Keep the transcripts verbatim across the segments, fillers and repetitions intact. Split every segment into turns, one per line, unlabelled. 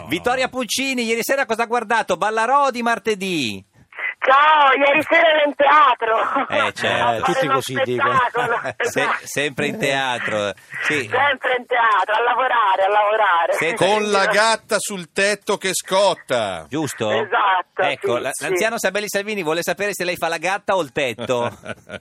Vittoria Pulcini, ieri sera cosa ha guardato? Ballarò di martedì.
Ciao, ieri sera ero in teatro.
Eh, certo.
Tutti così dicono.
Se- sempre in teatro. Sì.
Sempre in teatro, a lavorare, a lavorare.
Se-
Con la gatta sul tetto che scotta.
Giusto?
Esatto,
Ecco,
sì,
la-
sì.
l'anziano Sabelli Salvini vuole sapere se lei fa la gatta o il tetto.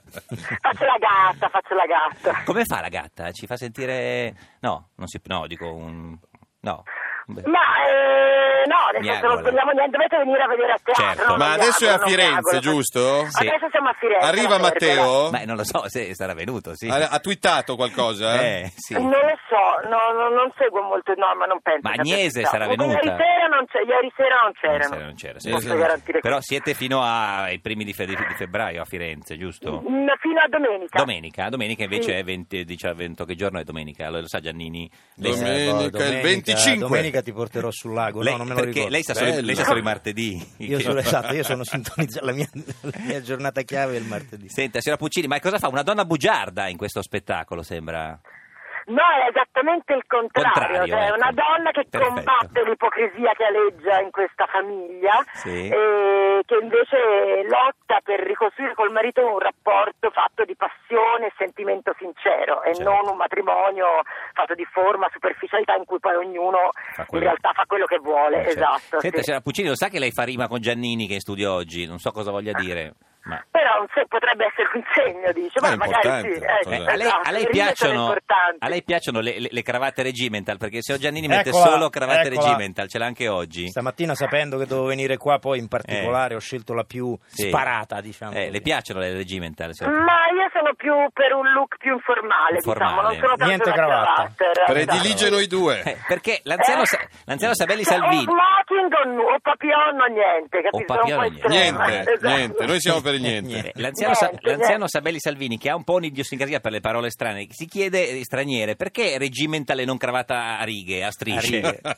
Faccio la gatta, faccio la gatta.
Come fa la gatta? Ci fa sentire... No, non si... No, dico un... No. Beh.
Ma eh, no, nel senso non
Miagola.
togliamo niente, dovete venire a vedere a teatro.
Certo.
non
Ma adesso è a
miagolo, non
Firenze,
miagolo.
giusto?
Sì.
Adesso siamo a Firenze.
Arriva
alla Pergola.
Matteo?
Beh, non lo so se sarà venuto, sì.
Ha, ha twittato qualcosa?
Eh, sì.
Non lo so, no, no, non seguo molto, no, ma non penso.
Ma
che
Agnese
abbia
sarà
visto.
venuta?
Ieri sera non, c'è, ieri sera non c'erano.
Non c'era, sì,
Posso
sì.
garantire
Però
questo.
siete fino ai primi di, fe- di febbraio a Firenze, giusto?
Mm, Fino a domenica.
Domenica, domenica invece
Sì.
è venti, diciamo, che giorno è domenica? Lo sa Giannini? Lei sa-
Domenica, il venticinque.
Domenica ti porterò sul lago.
lei-
no, non me lo
perché
ricordo.
lei sa, solo,
Bello.
lei sa solo i martedì.
Io
Che-
sono esatto, io sono sintonizzato. La mia, la mia giornata chiave è il martedì.
Senta, signora Puccini, ma cosa fa? Una donna bugiarda in questo spettacolo, sembra?
No, è esattamente il contrario,
Contrario,
cioè
ecco.
una donna che
Perfetto.
combatte l'ipocrisia che aleggia in questa famiglia
Sì.
e che invece lotta per ricostruire col marito un rapporto fatto di passione e sentimento sincero e
Certo.
non un matrimonio fatto di forma, superficialità in cui poi ognuno
Fa
in
quello-
realtà fa quello che vuole.
Eh, certo.
Esatto.
Senta,
sì.
signora Puccini, lo sa che lei fa rima con Giannini che è in studio oggi? Non so cosa voglia dire. Ma...
Però un se- potrebbe essere un segno, dice,
Ma
ma
è
magari sì.
importante,
eh,
cosa-
Eh, a lei,
esatto,
a lei
le rime sono
piacciono,
importanti.
a lei piacciono le, le- le cravatte regimental? Perché il signor Giannini mette
Eccola,
solo cravatte
eccola.
regimental, ce l'ha anche oggi.
Stamattina, sapendo che dovevo venire qua, poi in particolare ho scelto la più
Sì.
sparata, diciamo.
Eh,
così.
le piacciono le regimental? signora?
Ma io sono più per un look più informale,
Informale.
diciamo, non sono tanto
Niente
da
cravatta.
cravatta, in realtà.
Predilige noi due.
Eh, perché l'anziano, Sa- l'anziano Sabelli
Cioè,
Salvini...
o smoking o, nu- o papillon o niente, capito?
O
Sono un po'
papillon,
estrema.
Niente,
Esatto.
niente, noi siamo per il niente.
Eh, L'anziano, Sa-
Niente,
l'anziano
niente.
Sabelli Salvini, che ha un po' un'idiosincrasia per le parole strane, si chiede, eh, straniere, perché regimental e non cravatta a righe, a strisce?
A righe.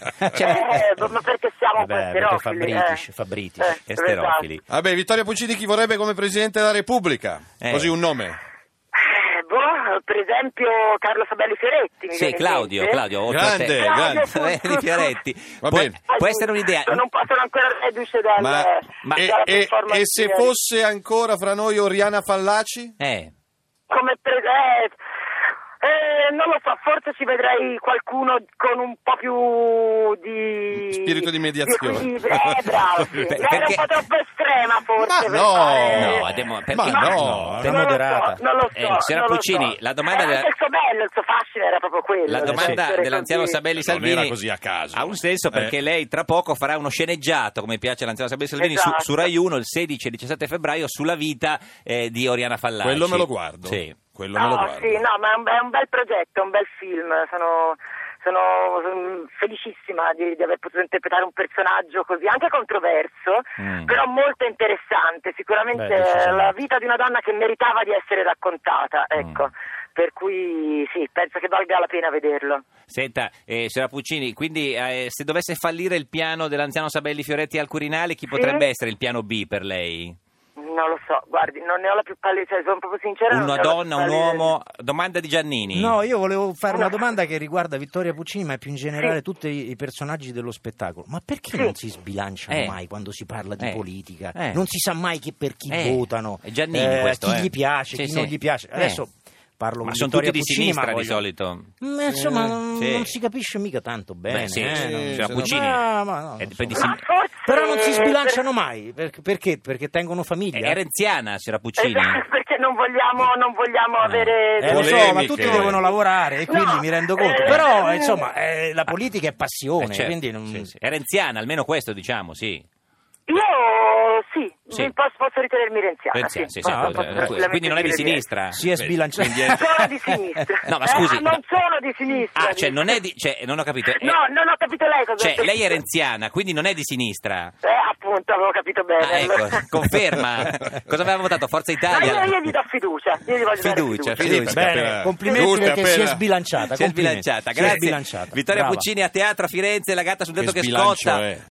Cioè,
Eh, ma perché siamo un po'
Vabbè, perché fa
esterofili,
british,
eh.
fa british.
Eh,
esterofili.
Vabbè, Vittoria Puccini chi vorrebbe come Presidente della Repubblica?
Eh.
Così un nome.
Eh, boh, per esempio Carlo Sabelli Fioretti. mi
Sì,
viene in
Claudio,
mente.
Claudio, oltre a te.
Grande,
Claudio,
grande.
Sabelli Fioretti.
Va
Può,
bene.
può essere un'idea.
Sono, un po', sono ancora reduce dal,
Ma,
ma-
e,
dalla
e-
performance
e se
di-
fosse ancora fra noi Oriana Fallaci?
Eh,
come pre- eh, eh, non lo so, forse ci vedrei qualcuno con un po' più di
Spirito di mediazione.
di equilibrio. Eh, bravo, sì.
Per-
Era
perché-
un po' troppo estrema forse.
Ma
per
no!
fare-
no, demo- perché-
Ma no,
no,
non lo
moderata.
so, non lo so,
Eh, signora
non lo
Puccini,
so.
la domanda
Eh,
della-
anche il suo bello, il suo fascino era proprio quello.
la
di
domanda
essere
dell'anziano
così.
Sabelli
Non
Salvini
era così a caso.
ha un senso perché
Eh.
lei tra poco farà uno sceneggiato, come piace all'anziano Sabelli Salvini,
Esatto.
su, su Rai uno il sedici e diciassette febbraio sulla vita eh, di Oriana Fallaci.
Quello me lo guardo.
Sì.
Quello me lo
No,
guardo.
sì, no, ma è un, è un bel progetto, è un bel film. Sono, sono, sono felicissima di, di aver potuto interpretare un personaggio così, anche controverso,
Mm.
però molto interessante. Sicuramente
Beh, decisamente.
la vita di una donna che meritava di essere raccontata, ecco.
Mm.
Per cui sì, penso che valga la pena vederlo.
Senta, eh, signora Puccini, quindi eh, se dovesse fallire il piano dell'anziano Sabelli Fioretti al Quirinale, chi potrebbe essere il piano B per lei?
Non lo so, guardi, non ne ho la più pallida, cioè, sono proprio sincera. non
Una
ne ho la più
donna, un
pallida
uomo? Domanda di Giannini.
No, io volevo fare una domanda che riguarda Vittoria Puccini, ma più in generale tutti i i personaggi dello spettacolo. Ma perché
Sì.
non si sbilanciano
Eh.
mai quando si parla di
Eh.
politica?
Eh.
Non si sa mai chi per chi
Eh.
votano,
È Giannini questo,
chi
eh.
gli piace,
Sì,
chi
sì.
non gli piace.
Eh.
Adesso parlo
Ma
con
sono
Vittoria
tutti di
Puccini, ma
sinistra di
voglio-
solito.
Ma insomma, non,
Sì.
non si capisce mica tanto bene.
Beh, sì,
eh,
sì,
non-
signora
sì,
Puccini.
Ma- ma no,
Eh,
non
poi di
so.
sin-
Ma forse-
Però non si sbilanciano mai. Per- Perché? Perché tengono famiglia?
È renziana, signora Puccini.
Esatto, perché non vogliamo, non vogliamo avere...
Eh, lo so,
Polemiche.
ma tutti devono lavorare e quindi
No,
mi rendo conto.
eh,
Però,
eh,
insomma, eh, la politica è passione,
Eh, certo,
quindi non...
sì, sì. È renziana, almeno questo diciamo, sì.
Io sì,
Sì.
mi posso, posso ritenermi renziana.
Renziana, sì, sì,
posso
eh,
tranquillamente
quindi non è di
dire
sinistra.
si è
Beh,
sbilanciato.
quindi è-
Sono di sinistra.
No, ma scusi,
Eh, non
no.
sono di sinistra.
Ah, cioè non è di... Cioè, non ho capito. È-
No, non ho capito lei cosa ha
Cioè,
detto.
lei è renziana, quindi non è di sinistra.
Eh, appunto, avevo capito bene.
Ah, ecco, conferma. Cosa aveva votato? Forza
No,
Italia?
io, io gli do fiducia. Io gli voglio dare
Fiducia,
fiducia.
fiducia.
Sì,
Bene,
appena-
complimenti
giusto,
perché si è
appena-
sbilanciata.
Si è
complimenti.
sbilanciata,
Si è
grazie.
sbilanciata.
Vittoria
Brava.
Puccini a teatro a Firenze, la gatta sul tetto
Che
che
sbilancio
scotta.
è?